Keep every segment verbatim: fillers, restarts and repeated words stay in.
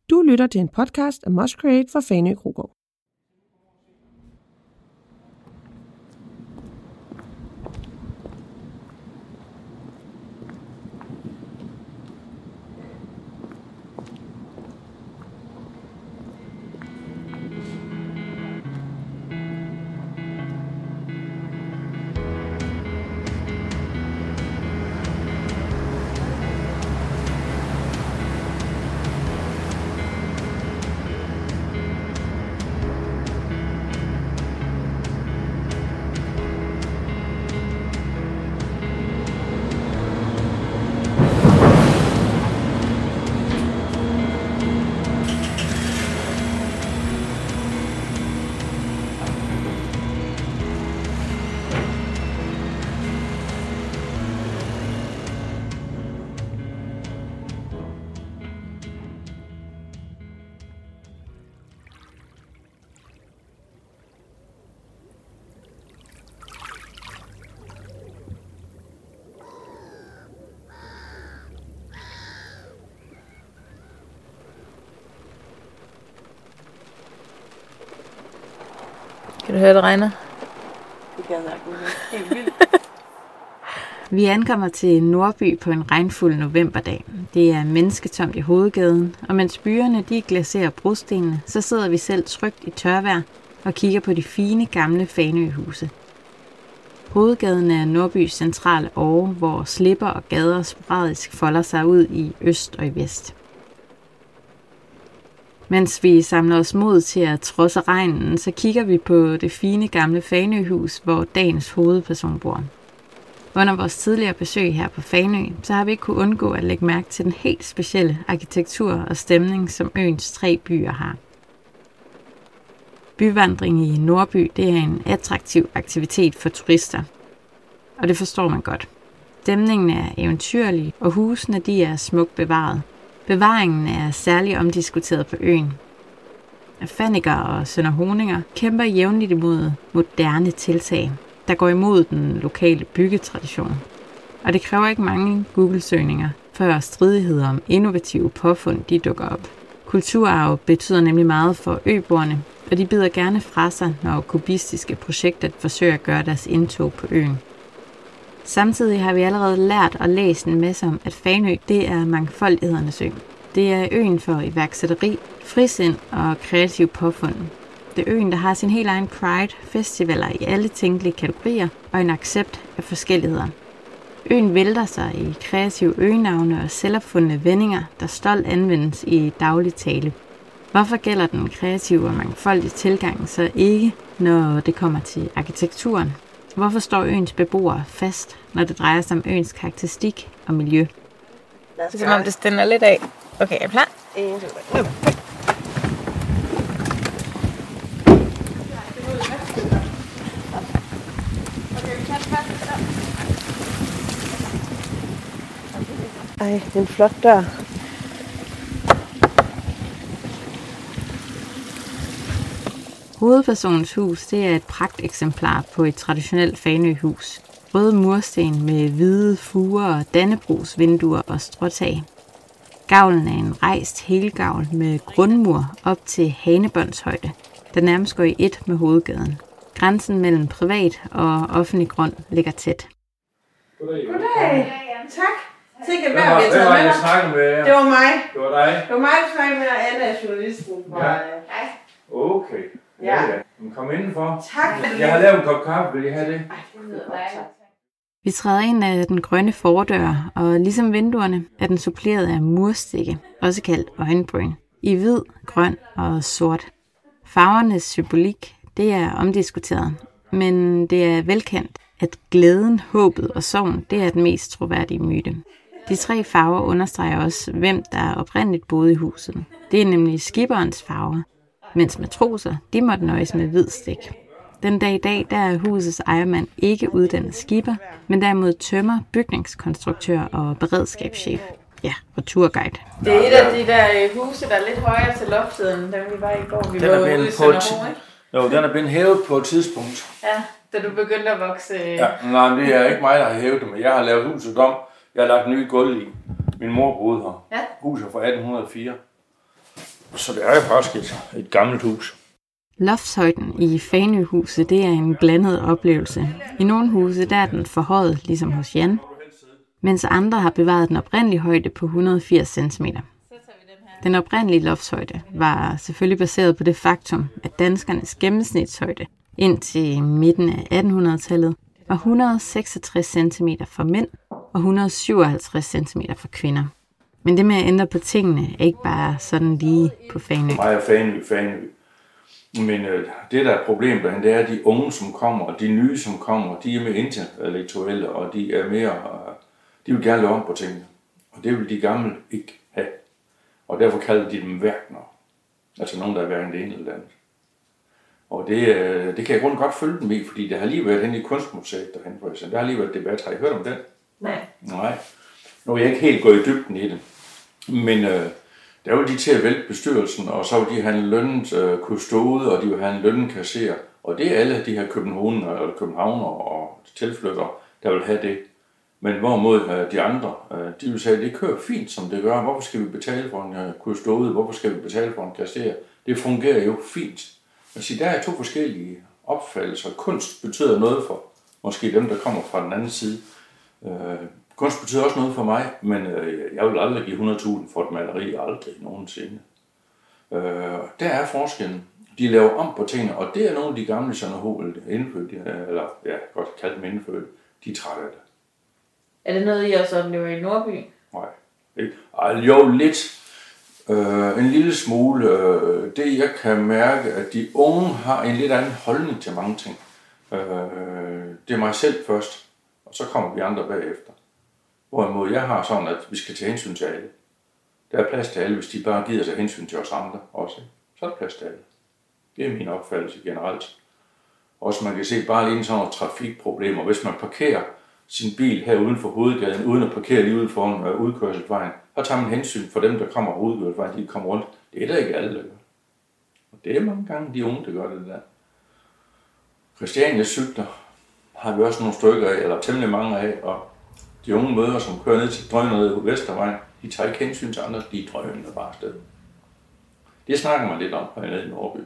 Du lytter til en podcast af Must Create for Fanø Kronborg. Kan du høre, det regner? Det kan jeg sagtens. Helt vildt. Vi ankommer til Nordby på en regnfuld novemberdag. Det er mennesketomt i hovedgaden, og mens byerne de glaserer brostenene, så sidder vi selv trygt i tørvejr og kigger på de fine gamle Fanø-huse. Hovedgaden er Nordbys centrale åre, hvor slipper og gader sporadisk folder sig ud i øst og i vest. Mens vi samler os mod til at trodse regnen, så kigger vi på det fine gamle Fanø-hus, hvor dagens hovedperson bor. Under vores tidligere besøg her på Fanø, så har vi ikke kunnet undgå at lægge mærke til den helt specielle arkitektur og stemning, som øens tre byer har. Byvandring i Nordby, det er en attraktiv aktivitet for turister, og det forstår man godt. Stemningen er eventyrlig, og husene de er smukt bevaret. Bevaringen er særlig omdiskuteret på øen. Fanniker og Sønder Honinger kæmper jævnligt imod moderne tiltag, der går imod den lokale byggetradition. Og det kræver ikke mange Google-søgninger, før stridigheder om innovative påfund de dukker op. Kulturarv betyder nemlig meget for øboerne, og de bider gerne fra sig, når kubistiske projekter forsøger at gøre deres indtog på øen. Samtidig har vi allerede lært og læst en masse om, at Fanø det er mangfoldighedernes ø. Det er øen for iværksætteri, frisind og kreativ påfund. Det er øen, der har sin helt egen Pride-festivaler i alle tænkelige kategorier og en accept af forskelligheder. Øen vælter sig i kreative øgenavne og selvopfundne vendinger, der stolt anvendes i daglig tale. Hvorfor gælder den kreative og mangfoldige tilgang så ikke, når det kommer til arkitekturen? Hvorfor står øens beboere fast, når det drejer sig om øens karakteristik og miljø? Det er som om det stænder lidt af. Okay, er I klar? En, to, tre. Ej, det er en flot dør. Hovedpersonens hus det er et pragteksemplar på et traditionelt Fanø-hus. Røde mursten med hvide fuger og dannebrogsvinduer og stråtag. Gavlen er en rejst helgavl med grundmur op til hanebåndshøjde, der nærmest går i et med hovedgaden. Grænsen mellem privat og offentlig grund ligger tæt. Goddag. Goddag. Tak. Sikkert Hvem hvad var, vi har hvem taget var med jeg dig. snakkede med? Det var mig. Det var dig? Det var mig, der snakkede med dig. Anna er journalisten. Fra, Ja. Hej. Okay. Ja, Ja. ja. Men kom indenfor. Tak for det. Jeg har lavet en kop kaffe. Vil I have det? Ej, det lyder dejligt. Vi træder ind af den grønne fordør, og ligesom vinduerne er den suppleret af murstikke, også kaldt øjenbryn, i hvid, grøn og sort. Farvernes symbolik, det er omdiskuteret, men det er velkendt, at glæden, håbet og sorgen, det er den mest troværdige myte. De tre farver understreger også, hvem der oprindeligt boede i huset. Det er nemlig skipperens farver, mens matroser, de måtte nøjes med hvid stik. Den dag i dag, der er husets ejermand ikke uddannet skipper, men derimod tømmer, bygningskonstruktør og beredskabschef. Ja, og turguide. Det er et af de der øh, huse, der er lidt højere til loftsiden, dem vi var i går. Vi Den var er ude blevet i på Sønderho, et- ikke? Jo, den er blevet hævet på et tidspunkt. Ja, da du begyndte at vokse. Øh... Ja, nej, men det er ikke mig, der har hævet det, men jeg har lavet huset om. Jeg har lagt nye gulv i. Min mor boede her. Ja. Huset fra atten hundrede og fire. Så det er jo faktisk et, et gammelt hus. Loftshøjden i Fanøhuset, det er en blandet oplevelse. I nogle huse der er den forhøjet, ligesom hos Jan, mens andre har bevaret den oprindelige højde på et hundrede og firs centimeter. Den oprindelige loftshøjde var selvfølgelig baseret på det faktum, at danskernes gennemsnitshøjde indtil midten af attenhundredetallet var et hundrede og seksogtres centimeter for mænd og et hundrede og syvoghalvtreds centimeter for kvinder. Men det med at ændre på tingene er ikke bare sådan lige på Fanø. Mig er Fanø, Fanø. Men øh, det, der er problemet blandt, det er, at de unge, som kommer, og de nye, som kommer, de er mere intellektuelle, og de er mere, øh, de vil gerne lave om på tingene. Og det vil de gamle ikke have. Og derfor kalder de dem værkner. Altså nogen, der er hverken det ene eller det andet. Og det, øh, det kan jeg grundigt godt følge dem i, fordi det har lige været henne i Kunstmuseet derhen, for eksempel. Der har lige været debat. Har I hørt om den? Nej. Nej. Nu er jeg ikke helt gået i dybden i det. Men øh, der var de til at vælte bestyrelsen, og så vil de have en lønnet øh, kustode, og de vil have en lønnet kasserer. Og det er alle de her københavner, eller københavner og tilflyttere, der vil have det. Men hvorimod øh, de andre, øh, de vil sige, at det kører fint, som det gør. Hvorfor skal vi betale for en øh, kustode? Hvorfor skal vi betale for en kasserer? Det fungerer jo fint. Altså, der er to forskellige opfattelser. Kunst betyder noget for måske dem, der kommer fra den anden side. Øh, kunst betyder også noget for mig, men øh, jeg vil aldrig give hundrede tusind for et maleri, aldrig nogensinde. Øh, der er forskellen. De laver om på tingene, og det er nogle af de gamle Sønderhoved indfødte, eller ja, godt kaldt dem indfødte, de er trætte af det. Er det noget, I også oplever i Nordby? Nej, ikke. Ej, jo, lidt. Øh, en lille smule. Øh, det jeg kan mærke, at de unge har en lidt anden holdning til mange ting. Øh, det er mig selv først, og så kommer vi andre bagefter. Hvorimod jeg har sådan, at vi skal tage hensyn til alle. Der er plads til alle, hvis de bare giver sig hensyn til os andre også. Så er der plads til alle. Det er min opfattelse generelt. Også man kan se bare lige sådan nogle trafikproblemer. Hvis man parkerer sin bil her uden for hovedgaden, uden at parkere lige ude foran øh, udkørselsvejen, så tager man hensyn for dem, der kommer fra udkørselsvejen, de kommer rundt. Det er der ikke alle, der gør. Og det er mange gange de unge, der gør det der. Christianias cykler har vi også nogle stykker af, eller temmelig mange af, og de unge mødre, som kører ned til drøner ned på Vestervejen, de tager ikke hensyn til andre, de drøner bare afsted. Det snakker man lidt om hernede i Nordby.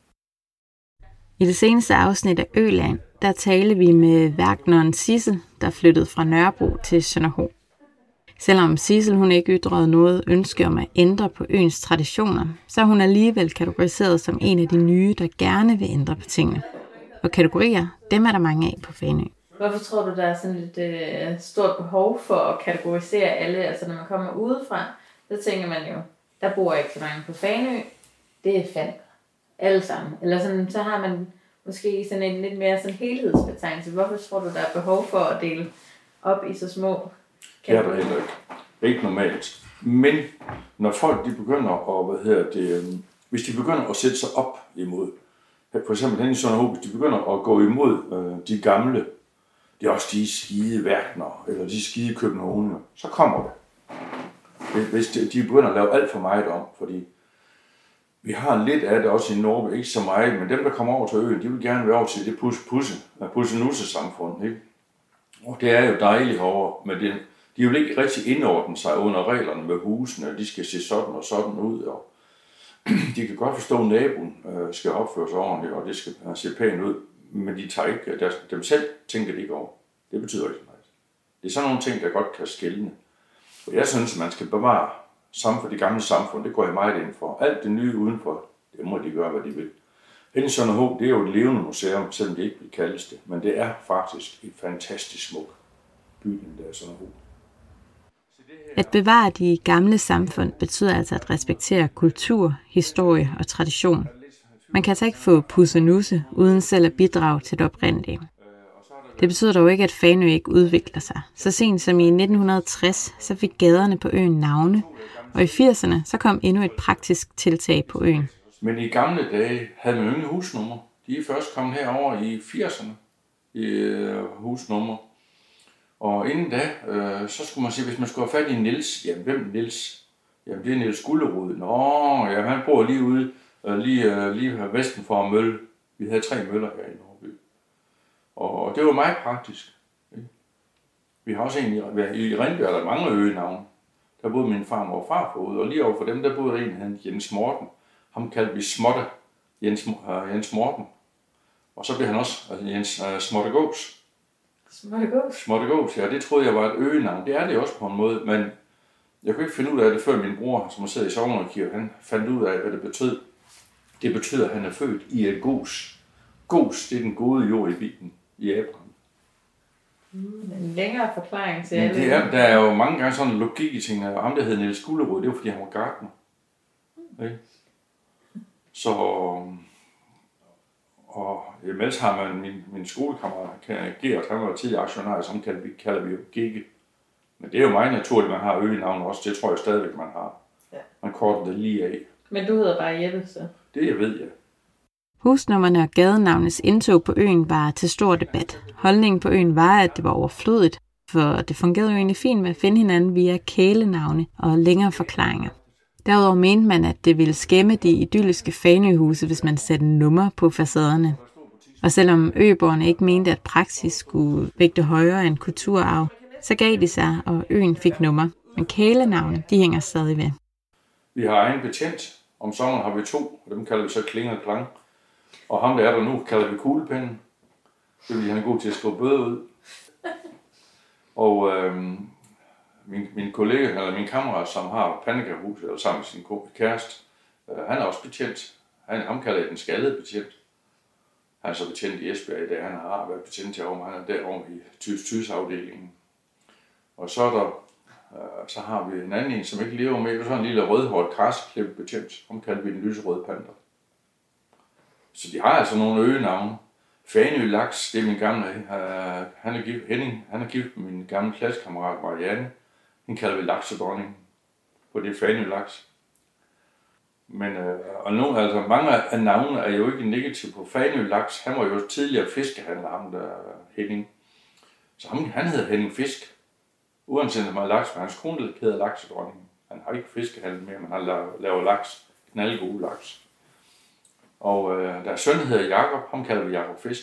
I det seneste afsnit af Øland, der talte vi med værkneren Sissel, der flyttede fra Nørrebro til Sønderho. Selvom Sissel hun ikke ytrede noget ønske om at ændre på øens traditioner, så er hun alligevel kategoriseret som en af de nye, der gerne vil ændre på tingene. Og kategorier, dem er der mange af på Fanø. Hvorfor tror du, der er sådan et øh, stort behov for at kategorisere alle? Altså når man kommer udefra, så tænker man jo, der bor ikke så mange på Fanø. Det er fandme alle sammen. Eller sådan, så har man måske sådan en lidt mere sådan helhedsbetegnelse. Hvorfor tror du, der er behov for at dele op i så små kategorier? Det er der heller ikke. Ikke normalt. Men når folk de begynder at, hvad hedder det, hvis de begynder at sætte sig op imod, for eksempel hen i Sønderho, hvis de begynder at gå imod øh, de gamle, det er også de skide værkner, eller de skide københavner, så kommer det. Hvis de, de begynder at lave alt for meget om, fordi vi har lidt af det også i Norge, ikke så meget, men dem, der kommer over til øen, de vil gerne være over til det pusse-nusse-samfund, ikke? Og det er jo dejligt herovre, men det, de vil ikke rigtig indordne sig under reglerne med husene, de skal se sådan og sådan ud, og de kan godt forstå, at naboen øh, skal opføre sig ordentligt, og det skal se pænt ud, men de tager ikke, deres, dem selv tænker det ikke over. Det betyder ikke meget. Det er sådan nogle ting, der godt kan skelne. Og jeg synes, at man skal bevare samfund, det gamle samfund, det går jeg meget ind for. Alt det nye udenfor, det må de gøre, hvad de vil. Henne i Sønderho, det er jo et levende museum, selvom det ikke vil kaldes det, men det er faktisk et fantastisk smuk bygning, der er Sønderho. At bevare de gamle samfund betyder altså at respektere kultur, historie og tradition. Man kan altså ikke få pussenusse uden selv at bidrage til det oprindelige. Det betyder dog ikke, at Fanø ikke udvikler sig. Så sent som i nitten tres, så fik gaderne på øen navne, og i firserne så kom endnu et praktisk tiltag på øen. Men i gamle dage havde man ingen husnummer. De er først kommet herover i firserne i husnummer. Og inden da, øh, så skulle man sige, hvis man skulle have fat i Niels, jamen hvem Niels? Jamen det er Niels Gullerud. Nå, ja, han bor lige ude, øh, lige, øh, lige her vesten for Mølle. Vi havde tre møller her i Nordby. Og det var meget praktisk. Ikke? Vi har også en i, i Rindbjerg, der er mange øgenavne. Der boede min farmor og farfar ude, og lige overfor dem, der boede en, han Jens Morten. ham kaldte vi Smotte, Jens, uh, Jens Morten. Og så blev han også altså Jens uh, Smottegås. Smottegås? Smottegås, ja, det troede jeg var et øgenavn. Det er det også på en måde, men jeg kunne ikke finde ud af det, før min bror, som sidder i sognearkivet, han fandt ud af, hvad det betød. Det betyder, at han er født i et gos. Gos, det er den gode jord i Bibelen, i Abraham. Mm, en længere forklaring til ja, alle. Det er, der er jo mange gange sådan en logik i tingene, og ham der hed Niels Gullerud, det var fordi han var gartner. Okay? Så, og imens har man min, min skolekammerat, Gert, han var tidligere aktionær, som kalder vi, kalder vi jo Gigge. Men det er jo meget naturligt, man har øgenavn også, det tror jeg stadigvæk, man har. Ja. Man korter det lige af. Men du hedder bare Jeppe, så? Det jeg ved jeg. Husnummerne og gadenavnes indtog på øen var til stor debat. Holdningen på øen var, at det var overflødigt, for det fungerede jo egentlig fint med at finde hinanden via kælenavne og længere forklaringer. Derudover mente man, at det ville skæmme de idylliske Fanøhuse, hvis man satte nummer på facaderne. Og selvom øboerne ikke mente, at praksis skulle vægte højere end kulturarv, så gav de sig, og øen fik nummer. Men kælenavne, de hænger stadig ved. Vi har egen betjent. Om sommeren har vi to, og dem kalder vi så Kling og Klang. Og ham, der er der nu, kalder vi Kuglepinden. Det vil han er god til at skrive bøder ud. Og øhm, min, min kollega, eller min kammerat, som har pandekærhus, eller sammen med sin kæreste, øh, han er også betjent. Han, ham kalder jeg den skaldede betjent. Han er så betjent i Esbjerg i dag. Han har været betjent herovre, han er derovre i Tys-Tys-afdelingen. Og så er der, øh, så har vi en anden en, som ikke lever med. Det er sådan en lille rødhåret karseklippet betjent. Ham kalder vi den lyserøde panter. Så de har altså nogle øgenavne. Fanø Laks, det er min gamle, øh, han er gift, Henning, han er gift med min gamle klassekammerat Marianne. Hende kalder vi Laksedronningen, på det Fanø Laks. Men, øh, og nu, altså mange af navnene er jo ikke negative på Fanø Laks. Han var jo tidligere fiskehandler, ham der Henning. Så ham, han hedder Henning Fisk. Uanset om han er laks, men hans kone hedder Laksedronningen. Han har ikke fiskehandel mere, men han laver laks, knaldgode laks. Og øh, der er søn hedder Jakob, ham kalder vi Jakob Fisk.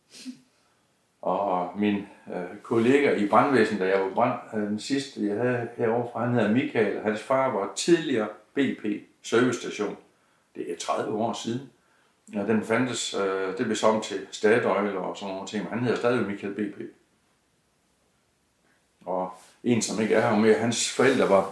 Og min øh, kollega i brandvæsenet, da jeg var brand, øh, den sidste jeg havde herovre fra, han hedder Michael. Hans far var tidligere B P servicestation. Det er tredive år siden. Ja, den fandtes, øh, det blev som til Statoil og sådan nogle ting, men han hedder stadig Michael B P. Og en, som ikke er her med, hans forældre var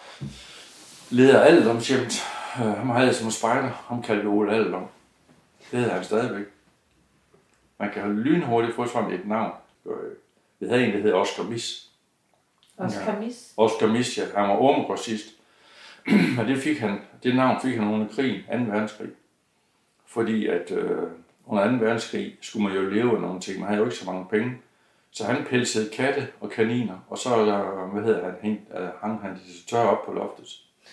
leder af alderdomshjemmet. Uh, ham havde jeg som spejder, ham kaldte Ole Alderdom. Det hedder han stadigvæk. Man kan have lynhurtigt få frem et navn. Vi havde en, der hedder Oscar Mis. Oscar Mis? Ja. Oscar Mis, ja. Han var ormegrossist. Men det, fik han, det navn fik han under krigen, anden verdenskrig. Fordi at øh, under anden verdenskrig skulle man jo leve af nogle ting. Man havde jo ikke så mange penge. Så han pelsede katte og kaniner, og så hvad hedder han, hang, hang han de tørre op på loftet.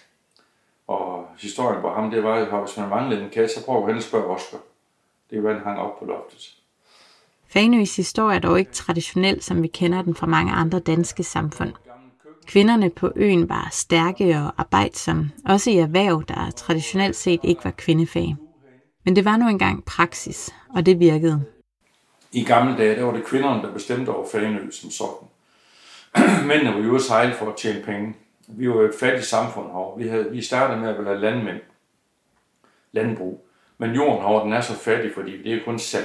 Og historien på ham, det var, at hvis man manglede en kat, så prøver han at spørge Oscar. Det var, han hang op på loftet. Fanøs historie er dog ikke traditionel, som vi kender den fra mange andre danske samfund. Kvinderne på øen var stærke og arbejdsomme, også i erhverv, der traditionelt set ikke var kvindefag. Men det var nu engang praksis, og det virkede. I gamle dage, der var det kvinderne, der bestemte over Fanø som sådan. Mændene var jo ude at sejle for at tjene penge. Vi var et fattigt samfund herovre. Vi, havde, vi startede med at være landmænd. Landbrug. Men jorden herovre, den er så fattig, fordi det er kun sand.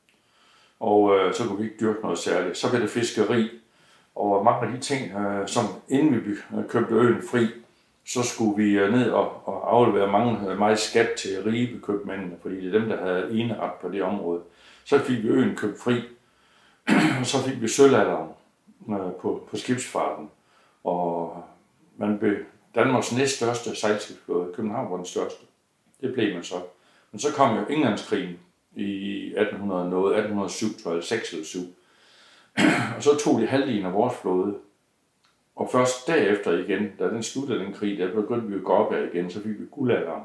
Og øh, så kunne vi ikke dyrke noget særligt. Så blev det fiskeri. Og mange af de ting, øh, som inden vi købte øen fri, så skulle vi øh, ned og, og aflevere mange, meget skat til Ribe købmændene, fordi det er dem, der havde eneret på det område. Så fik vi øen købt fri, og så fik vi sølvalderen øh, på, på skibsfarten. Og man blev Danmarks næststørste sejlskibsflåde. København var den største. Det blev man så. Men så kom jo Englandskrigen i atten hundrede noget, atten hundrede og syv, tror jeg, seks eller syv. Og så tog de halvdelen af vores flåde. Og først derefter igen, da den sluttede den krig, der begyndte vi at gå op af igen, så fik vi guldalderen.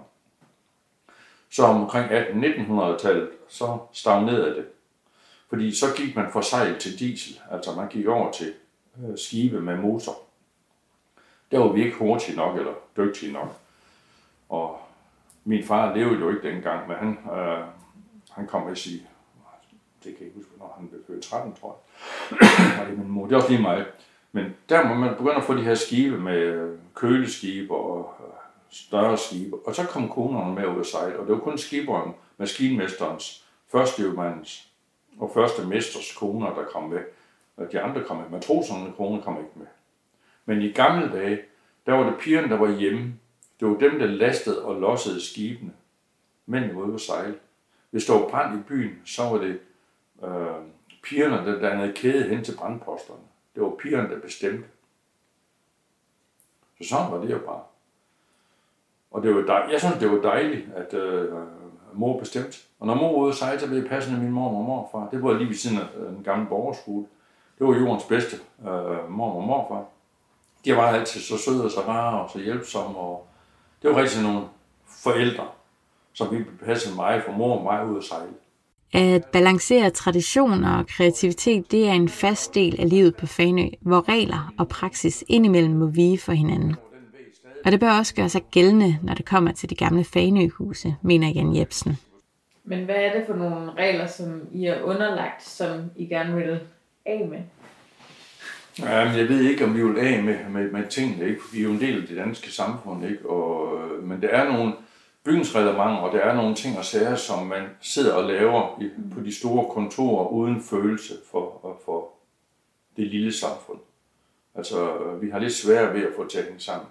Så omkring atten nitten hundrede-tallet, så stagnerede det. Fordi så gik man fra sejl til diesel, altså man gik over til øh, skibe med motor. Der var vi ikke hurtige nok, eller dygtige nok. Og min far levede jo ikke dengang, men han, øh, han kom med sige, det kan jeg ikke huske, når han blev født tretten, tror jeg. Det, min mor, det var også lige meget. Men der må man begynde at få de her skibe med køleskibe og større skibe. Og så kom konerne med ud at sejle, og det var kun skiberen, maskinmesterens, førstehjulmandens og første mesters koner, der kom med. Og de andre kom med. Matrosernes koner kom ikke med. Men i gamle dage, der var det pigerne, der var hjemme. Det var dem, der lastede og lossede skibene. Mændene var ude at sejle. Hvis der var brand i byen, så var det øh, pigerne, der dannede kæde hen til brandposterne. Det var pigerne, der bestemte. Så sådan var det jo bare. Og det var dej- jeg synes, det var dejligt, at øh, mor bestemte. Og når mor var ude at sejle, så blev jeg passende min mor og morfar. Det var lige ved siden af den gamle borgerskole. Det var jordens bedste øh, mor og morfar. De var altid så søde og så rare og så hjælpsomme. Og det var rigtig nogle forældre, som vi passede mig for mor og mig ud at sejle. At balancere tradition og kreativitet, det er en fast del af livet på Fanø, hvor regler og praksis indimellem må vige for hinanden. Og det bør også gøre sig gældende, når det kommer til de gamle Fanø-huse, mener Jan Jebsen. Men hvad er det for nogle regler, som I er underlagt, som I gerne vil af med? Jamen, jeg ved ikke, om vi vil af med, med, med tingene, ikke? Vi er jo en del af det danske samfund, ikke? Og, men der er nogle bygningsreglementer, og der er nogle ting og sager, som man sidder og laver i, på de store kontorer uden følelse for, for det lille samfund. Altså, vi har lidt svært ved at få tætning sammen.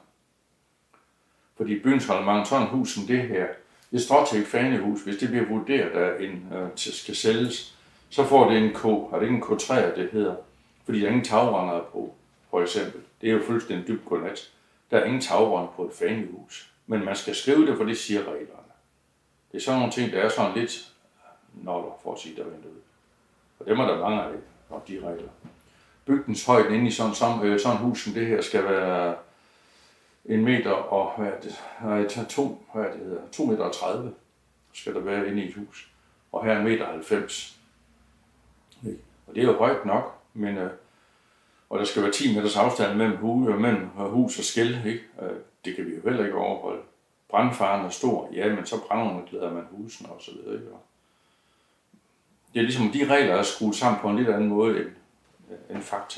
Fordi bygningsreglementer, sådan et hus som det her, det står til et fanehus, hvis det bliver vurderet, at en øh, skal sælges, så får det en K, og det ikke en K tre, det hedder. Fordi der er ingen tagrender på, for eksempel. Det er jo fuldstændig dybt godnat. Der er ingen tagrender på et fanehus. Men man skal skrive det, for det siger reglerne. Det er sådan nogle ting, der er sådan lidt noller, for at sige der venter ud. Og dem er der mange af, når de regler. Bygningshøjden inde i sådan, sådan, sådan et hus som det her skal være en meter og hvad er det, nej, to, hvad er det hedder, to meter og tredive skal der være inde i et hus. Og her er en meter halvfems. Og det er jo højt nok, men øh, og der skal være ti meters afstand mellem, hu, mellem hus og skel, ikke? Det kan vi jo heller ikke overholde. Brandfaren er stor, ja, men så brandunderklæder man husene og så videre, ikke? Det er ligesom, de regler er skruet sammen på en lidt anden måde end, end fakta.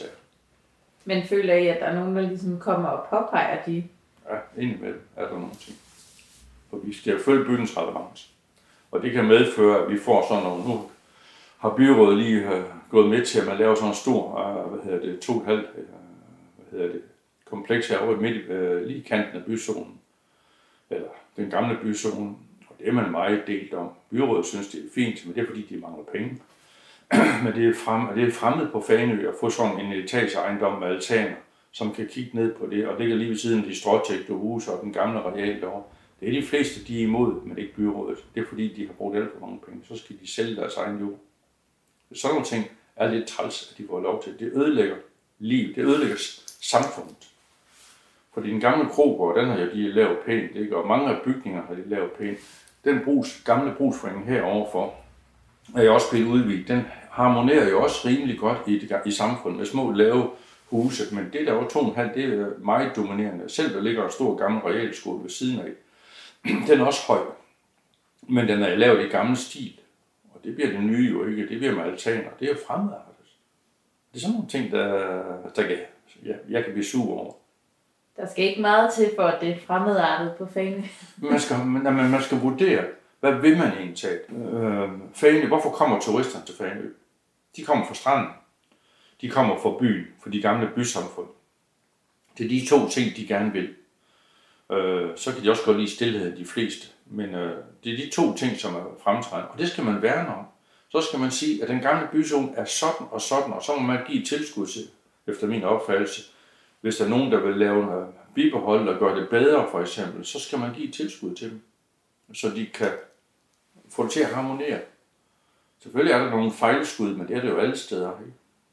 Men føler I, at der er nogen, der ligesom kommer og påpeger de? Ja, indimellem er der nogle ting. For vi skal følge bygningsreglement. Og det kan medføre, at vi får sådan nogle, nu har byrådet lige uh, gået med til, at man laver sådan en stor, uh, hvad hedder det, to og et halvt, uh, hvad hedder det, kompleks herovre midt uh, lige kanten af byzonen. Eller den gamle byzone. Og det er man meget delt om. Byrådet synes, det er fint, men det er fordi, de mangler penge. Men det er, frem, det er fremmed på Fanø at få sådan en etageejendom med altaner, som kan kigge ned på det, og ligger lige ved siden af de stråtægte huse og den gamle areal derovre. Det er de fleste, de er imod, men ikke byrådet. Det er fordi, de har brugt alt for mange penge. Så skal de sælge deres egen jord. Sådan nogle ting er lidt træls, at de får lov til. Det ødelægger liv, det ødelægger samfundet. Fordi den gamle krogård, den har jo de lavet pænt, ikke? Og mange af bygninger har de lavet pænt. Den brugs, gamle brugsforening heroverfor er jo også blevet udvidet. Den harmonerer jo også rimelig godt i, det, i samfundet med små lave huse, men det der var to og en halv, det er meget dominerende. Selv der ligger en stor gammel realskole ved siden af. Den er også høj, men den er lavet i gammel stil. Og det bliver det nye jo ikke, det bliver med altaner, det er fremadrettet. Det er sådan nogle ting, der, der kan, ja, jeg kan blive sur over. Der skal ikke meget til, for at det er fremadrettet på Fanø. man, skal, man, man skal vurdere, hvad vil man indtage? Øh, Fanø, hvorfor kommer turisterne til Fanø? De kommer fra stranden. De kommer fra byen, fra de gamle bysamfund. Det er de to ting, de gerne vil. Øh, så kan de også godt lide stillhed, de fleste. Men øh, det er de to ting, som er fremtrædende. Og det skal man værne om. Så skal man sige, at den gamle byzone er sådan og sådan, og så må man give et tilskud til, efter min opfattelse. Hvis der er nogen, der vil lave en bibehold og gøre det bedre, for eksempel, så skal man give et tilskud til dem, så de kan få det til at harmonere. Selvfølgelig er der nogle fejlskud, men det er det jo alle steder. Ikke?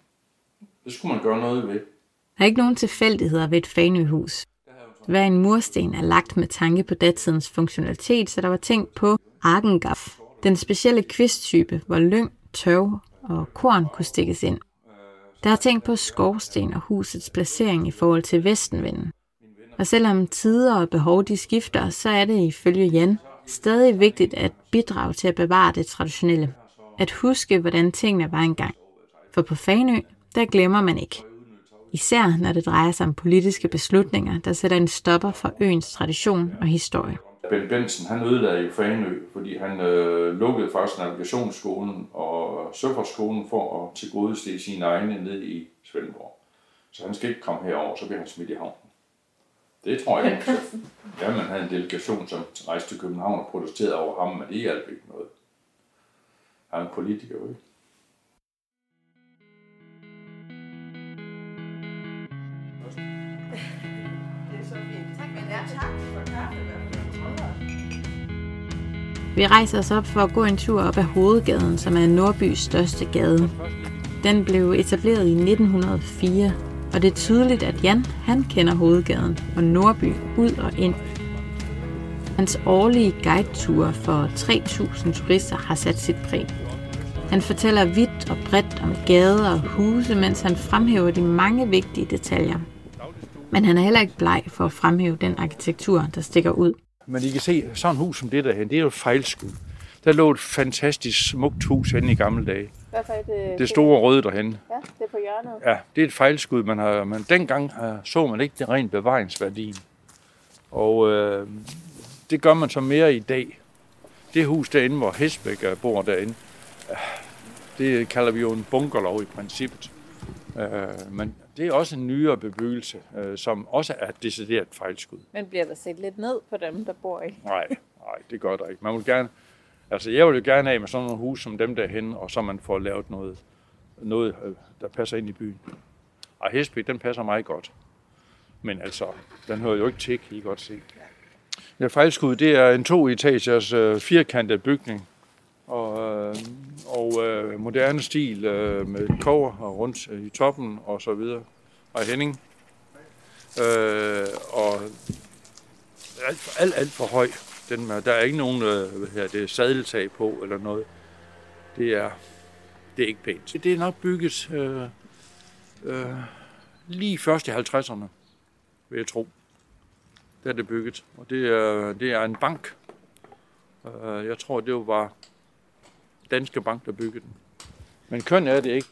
Det skulle man gøre noget ved. Der er ikke nogen tilfældigheder ved et Fanø-hus. Hver en mursten er lagt med tanke på datidens funktionalitet, så der var tænkt på arkengaf, den specielle kvisttype, hvor lyng, tørv og korn kunne stikkes ind. Der er tænkt på skorsten og husets placering i forhold til vestenvinden. Og selvom tider og behov de skifter, så er det ifølge Jan stadig vigtigt at bidrage til at bevare det traditionelle. At huske, hvordan tingene var engang. For på Fanø, der glemmer man ikke. især når det drejer sig om politiske beslutninger, der sætter en stopper for øens tradition og historie. Ben Benson, han ødelagde jo Fanø, fordi han øh, lukkede faktisk navigationsskolen og søfartsskolen for at tilgodese sine egne ned i Svendborg. Så han skal ikke komme herover, så bliver han smidt i havnen. Det tror jeg ikke. Ja, man havde en delegation, som rejste til København og protesterede over ham, men det hjalp ikke noget. Han er en politiker, jo ikke? Det er så fint. Tak, men ja, tak for kaffe. Vi rejser os op for at gå en tur op ad Hovedgaden, som er Nordbys største gade. Den blev etableret i nitten hundrede og fire, og det er tydeligt, at Jan han kender Hovedgaden og Nordby ud og ind. Hans årlige guideture for tre tusind turister har sat sit præg. Han fortæller vidt og bredt om gader og huse, mens han fremhæver de mange vigtige detaljer. Men han er heller ikke bleg for at fremhæve den arkitektur, der stikker ud. Men I kan se, sådan et hus som det derhen, det er jo et fejlskud. Der lå et fantastisk smukt hus henne i gamle dage. Hvad for et, det store røde derhenne. Ja, det er på hjørnet. Ja, det er et fejlskud, man har. Men dengang så man ikke den ren bevaringsværdien. Og øh, det gør man så mere i dag. Det hus derinde, hvor Hesbæk bor derinde, det kalder vi jo en bunkerlov i princippet. Øh, men det er også en nyere bebyggelse, øh, som også er et decideret fejlskud. Men bliver der set lidt ned på dem, der bor i? Nej, nej, det gør der ikke. Man vil gerne, altså jeg vil jo gerne have med sådan nogle hus som dem derhen, og så man får lavet noget, noget der passer ind i byen. Og Hesbæk, den passer meget godt. Men altså, den hører jo ikke til, kan I godt se. Ja, fejlskud, det er en to-etagers øh, firkantet bygning. Og, øh, og øh, moderne stil øh, med kover og rundt i toppen og så videre. Og Henning. Øh, og alt for, alt, alt for høj. Den, der er ikke nogen øh, hvad her, det er sadeltag på eller noget. Det er, det er ikke pænt. Det er nok bygget øh, øh, lige først i halvtredserne, vil jeg tro. Der er det bygget. Og det er, det er en bank. Øh, jeg tror, det var Danske Bank, der byggede den. Men køn er det ikke.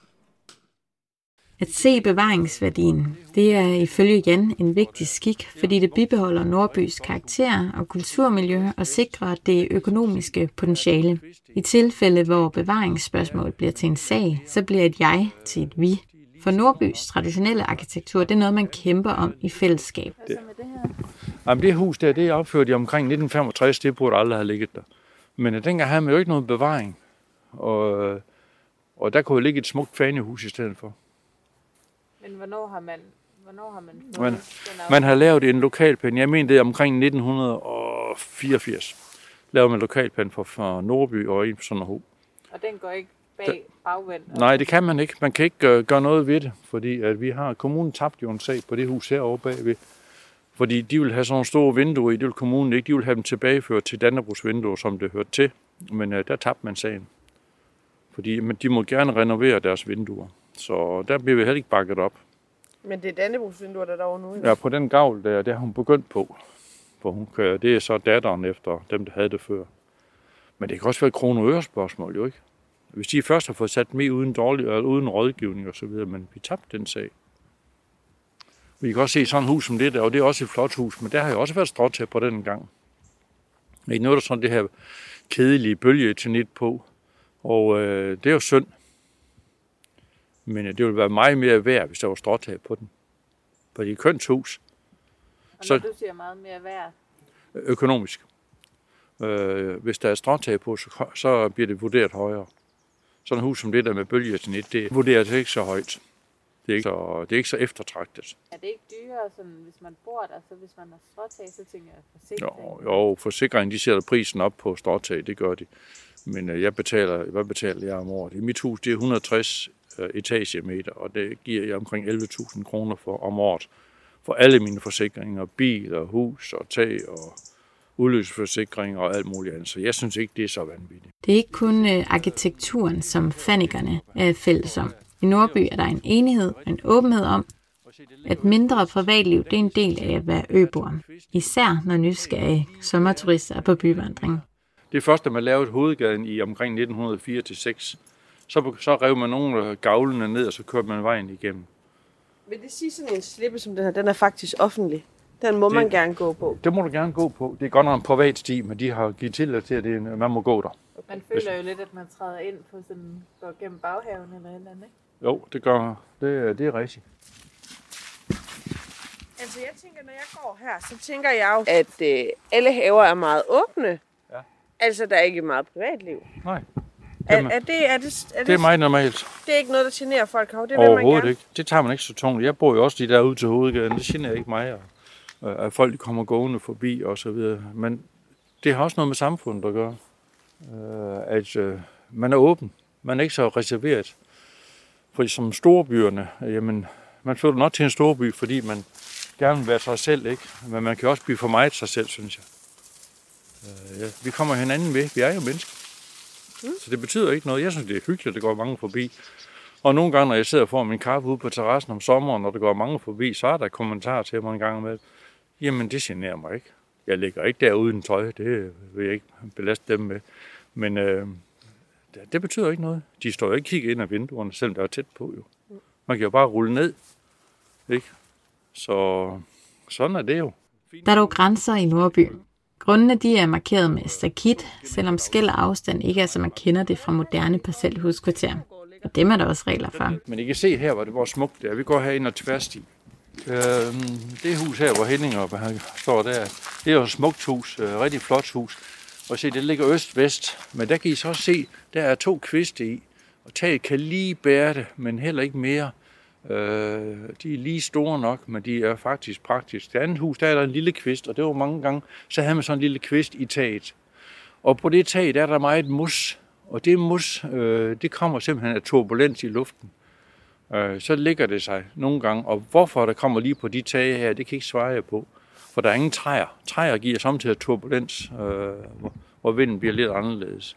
At se bevaringsværdien, det er ifølge Jan en vigtig skik, fordi det bibeholder Nordbys karakter og kulturmiljø og sikrer det økonomiske potentiale. I tilfælde, hvor bevaringsspørgsmål bliver til en sag, så bliver et jeg til et vi. For Nordbys traditionelle arkitektur, det er noget, man kæmper om i fællesskab. Hvad så med det her? Jamen, det hus der, det er opført i omkring nitten femogtres, det burde aldrig have ligget der. Men dengang havde man jo ikke noget bevaring. Og, og der kunne jo ligge et smukt fanehus i stedet for. Men hvornår har man, hvornår har man fået man, den man har lavet en lokalplan. Jeg mener, det er omkring nitten fireogfirs. Lavede man lokalplan for, for Nordby og en på Sønderho. Og den går ikke bag bagvendt? Nej, det kan man ikke. Man kan ikke uh, gøre noget ved det, fordi at vi har kommunen tabt jo en sag på det hus herovre bagved. Fordi de vil have sådan nogle store vinduer i, det vil kommunen ikke. De vil have dem tilbageført til Dannebrogsvinduer, som det hørte til. Men uh, der tabte man sagen. Fordi men de må gerne renovere deres vinduer. Så der bliver vi heller ikke bakket op. Men det er Dannebrogsvinduer, der er derovre nu? Ja, på den gavl der, det har hun begyndt på. For hun kører, det er så datteren efter dem, der havde det før. Men det kan også være et kroner- og øre-spørgsmål, jo ikke? Hvis de først har fået sat med uden, dårlig, eller uden rådgivning og så videre, men vi tabte den sag. Vi kan også se sådan et hus som det der, og det er også et flot hus, men der har jo også været stråtag på den gang. I noget der sådan det her kedelige bølgeeternit på, og øh, det er jo synd. Men det ville være meget mere værd, hvis der var stråtag på den. For det er kønt hus. Og når så, du siger meget mere værd? Økonomisk. Øh, hvis der er stråtag på, så, så bliver det vurderet højere. Sådan et hus som det der med bølgeeternit, det vurderes ikke så højt. Det er ikke så, det er ikke så eftertragtet. Er det ikke dyrere, sådan, hvis man bor der, så hvis man har stråtag, så tænker jeg forsikring? Jo, jo forsikringen, de sætter prisen op på stråtag, det gør de. Men øh, jeg betaler, hvad betaler jeg om året? I mit hus, det er et hundrede og tres øh, etagemeter, og det giver jeg omkring elleve tusind kroner for om året. For alle mine forsikringer, bil og hus og tag og udløbsforsikring og alt muligt andet. Så jeg synes ikke, det er så vanvittigt. Det er ikke kun øh, arkitekturen, som fanikerne er fælles om. I Nordby er der en enighed og en åbenhed om, at mindre privatliv det er en del af at være øboer. Især når nysgerrige sommerturister er på byvandring. Det er først, da man lavede Hovedgaden i omkring nitten hundrede fire til seks. Så, så rev man nogle af gavlene ned, og så kørte man vejen igennem. Vil det sige sådan en slippe som den her, den er faktisk offentlig? Den må det, man gerne gå på? Det må du gerne gå på. Det er godt nok en privat sti, men de har givet til, at det, det, man må gå der. Man føler jo lidt, at man træder ind på sådan, går gennem baghaven eller et eller andet, ikke? Jo, det gør det. Det er rigtigt. Altså jeg tænker, når jeg går her, så tænker jeg jo, at øh, alle haver er meget åbne. Ja. Altså der er ikke meget privatliv. Nej. Er, er, det, er, det, er det, det er meget normalt. Det er ikke noget, der generer folk herovre? Det vil Overhovedet man gerne. ikke. Det tager man ikke så tungt. Jeg bor jo også lige derude til hovedgaden. Det generer ikke mig, og, at folk kommer gående forbi og så videre. Men det har også noget med samfundet at gøre. At øh, man er åben. Man er ikke så reserveret. For som storbyerne, jamen, man føler nok til en storby, fordi man gerne vil være sig selv, ikke? Men man kan også blive for meget sig selv, synes jeg. Øh, ja. Vi kommer hinanden ved. Vi er jo mennesker. Mm. Så det betyder ikke noget. Jeg synes, det er hyggeligt, at der går mange forbi. Og nogle gange, når jeg sidder og får min kaffe ude på terrassen om sommeren, når der går mange forbi, så er der kommentarer til mig en gang med, jamen det generer mig ikke. Jeg ligger ikke der uden tøj, det vil jeg ikke belaste dem med. Men øh, det betyder ikke noget. De står jo ikke kigget ind ad vinduerne, selvom der er tæt på jo. Man kan jo bare rulle ned, ikke? Så sådan er det jo. Der er dog grænser i Nordby. Grundene de er markeret med stakit, selvom skel og afstand ikke er, som man kender det fra moderne parcelhuskvarter. Og dem er der også regler for. Men I kan se her, hvor det hvor smukt det er. Vi går her ind og tværsti. Øh, det hus her, hvor Henning og står der, det er jo et smukt hus, et rigtig flot hus. Og se, det ligger øst-vest, men der kan I så se, der er to kviste i. Og taget kan lige bære det, men heller ikke mere. Øh, de er lige store nok, men de er faktisk praktisk. Det andet hus, der er der en lille kvist, og det var mange gange, så havde man sådan en lille kvist i taget. Og på det tag, der er der meget mus, og det mus, øh, det kommer simpelthen af turbulens i luften. Øh, så ligger det sig nogle gange, og hvorfor der kommer lige på de tage her, det kan ikke svare jeg på. For der er ingen træer. Træer giver samtidig turbulens, øh, hvor, hvor vinden bliver lidt anderledes.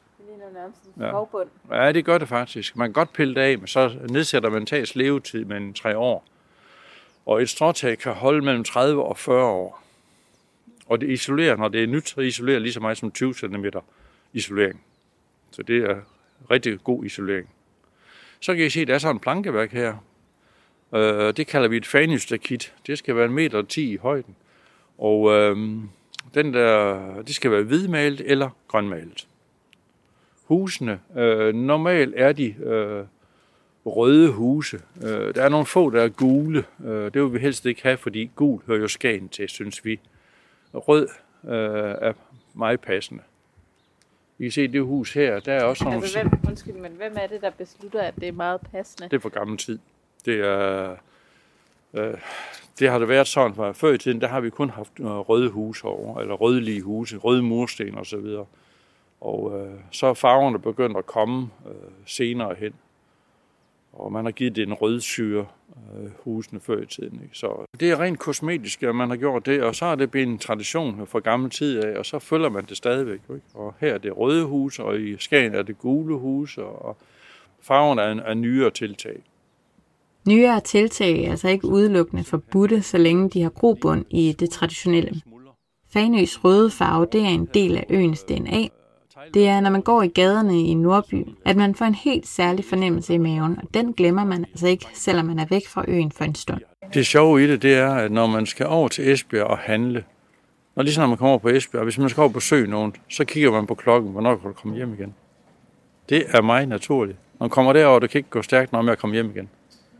Ja. ja, det gør det faktisk. Man kan godt pille det af, men så nedsætter man tagets levetid med en tre år. Og et stråtag kan holde mellem tredive og fyrre år. Og det isolerer, når det er nyt, så isolerer lige så meget som tyve centimeter isolering. Så det er rigtig god isolering. Så kan I se, at der er sådan en plankeværk her. Det kalder vi et fanystakit. Det skal være en meter ti i højden. Og øh, den der, det skal være hvidmalet eller grønmalet. Husene, øh, normalt er de øh, røde huse. Øh, der er nogle få, der er gule. Øh, det vil vi helst ikke have, fordi gul hører jo Skagen til, synes vi. Rød øh, er meget passende. I kan se det hus her, der er også altså, nogle... Hvem, undskyld, men hvem er det, der beslutter, at det er meget passende? Det er for gammel tid. Det er... Øh, det har det været sådan, for før i tiden, der har vi kun haft øh, røde huse over, eller rødlige huse, røde mursten og så videre. Og øh, så er farverne begyndt at komme øh, senere hen. Og man har givet det en rødsyre øh, husene før i tiden. Ikke? Så det er rent kosmetisk, at man har gjort det, og så er det blevet en tradition fra gammel tid af, og så følger man det stadigvæk. Ikke? Og her er det røde hus, og i Skagen er det gule hus, og farverne er, en, er nyere tiltag. Nyere tiltag er altså ikke udelukkende forbudte, så længe de har grobund i det traditionelle. Fanøs røde farve, det er en del af øens D N A. Det er, når man går i gaderne i Nordby, at man får en helt særlig fornemmelse i maven, og den glemmer man altså ikke, selvom man er væk fra øen for en stund. Det sjove i det, det er, at når man skal over til Esbjerg og handle, når lige så når man kommer over på Esbjerg, hvis man skal over på besøge nogen, så kigger man på klokken, hvornår kan du komme hjem igen. Det er meget naturligt. Når man kommer derover, det kan ikke gå stærkt, når man kommer hjem igen.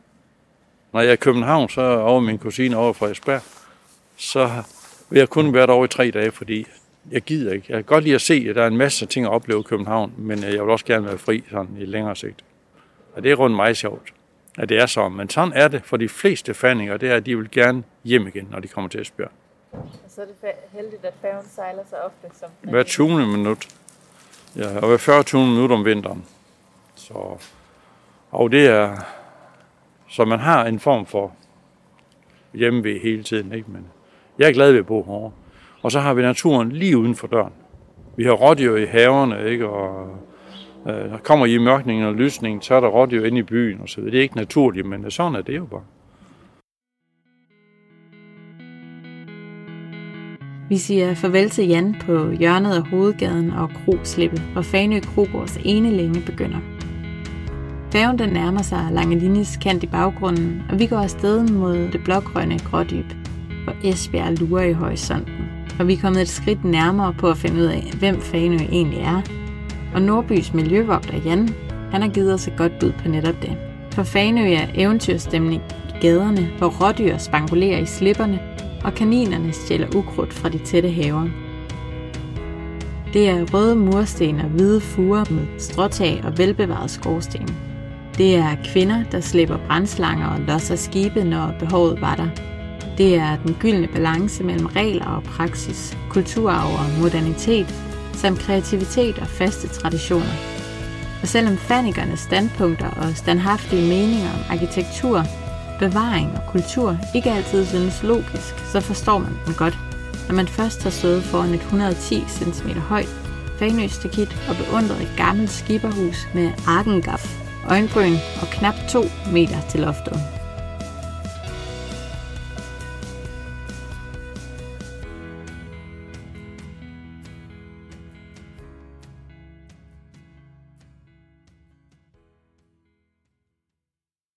Når jeg er i København, så er over min kusine over fra Esbjerg, så vil jeg kun være derovre i tre dage, fordi jeg gider ikke. Jeg kan godt lide at se, at der er en masse ting at opleve i København, men jeg vil også gerne være fri sådan i længere sigt. Og det er rundt meget sjovt, at det er sådan. Men sådan er det for de fleste fandinger, det er, at de vil gerne hjem igen, når de kommer til Esbjerg. Og så er det heldigt, at færgen sejler så ofte som... Hver tyvende minut. Ja, og hver fyrre tyvende minut om vinteren. Så, og det er... Så man har en form for hjemmeved hele tiden, ikke? Men jeg er glad ved at bo herovre. Og så har vi naturen lige uden for døren. Vi har rådyr i haverne, ikke? Og øh, der kommer i mørkningen og lysningen, så er der rådyr inde i byen og så videre. Det er ikke naturligt, men sådan er det jo bare. Vi siger farvel til Jan på hjørnet af Hovedgaden og Kroslippe, hvor Fanø Krogårds ene længe begynder. Færgen den nærmer sig Langelinis kant i baggrunden, og vi går afsted mod det blågrønne Grådyb, hvor Esbjerg lurer i horisonten. Og vi er kommet et skridt nærmere på at finde ud af, hvem Fanø egentlig er. Og Nordbys miljøvogter Jan, han har givet os et godt bud på netop det. For Fanø er eventyrstemning i gaderne, hvor rådyr spangulerer i slipperne, og kaninerne stjæler ukrudt fra de tætte haver. Det er røde mursten og hvide fuger med stråtag og velbevaret skorsten. Det er kvinder, der slipper brandslanger og losser skibe, når behovet var der. Det er den gyldne balance mellem regler og praksis, kulturarv og modernitet, samt kreativitet og faste traditioner. Og selvom fanikernes standpunkter og standhaftige meninger om arkitektur, bevaring og kultur ikke altid synes logisk, så forstår man dem godt, når man først har stået foran et et hundrede og ti centimeter højt Fanø-stakit og beundret et gammelt skipperhus med arkengaf, øjenbryn og knap to meter til loftet.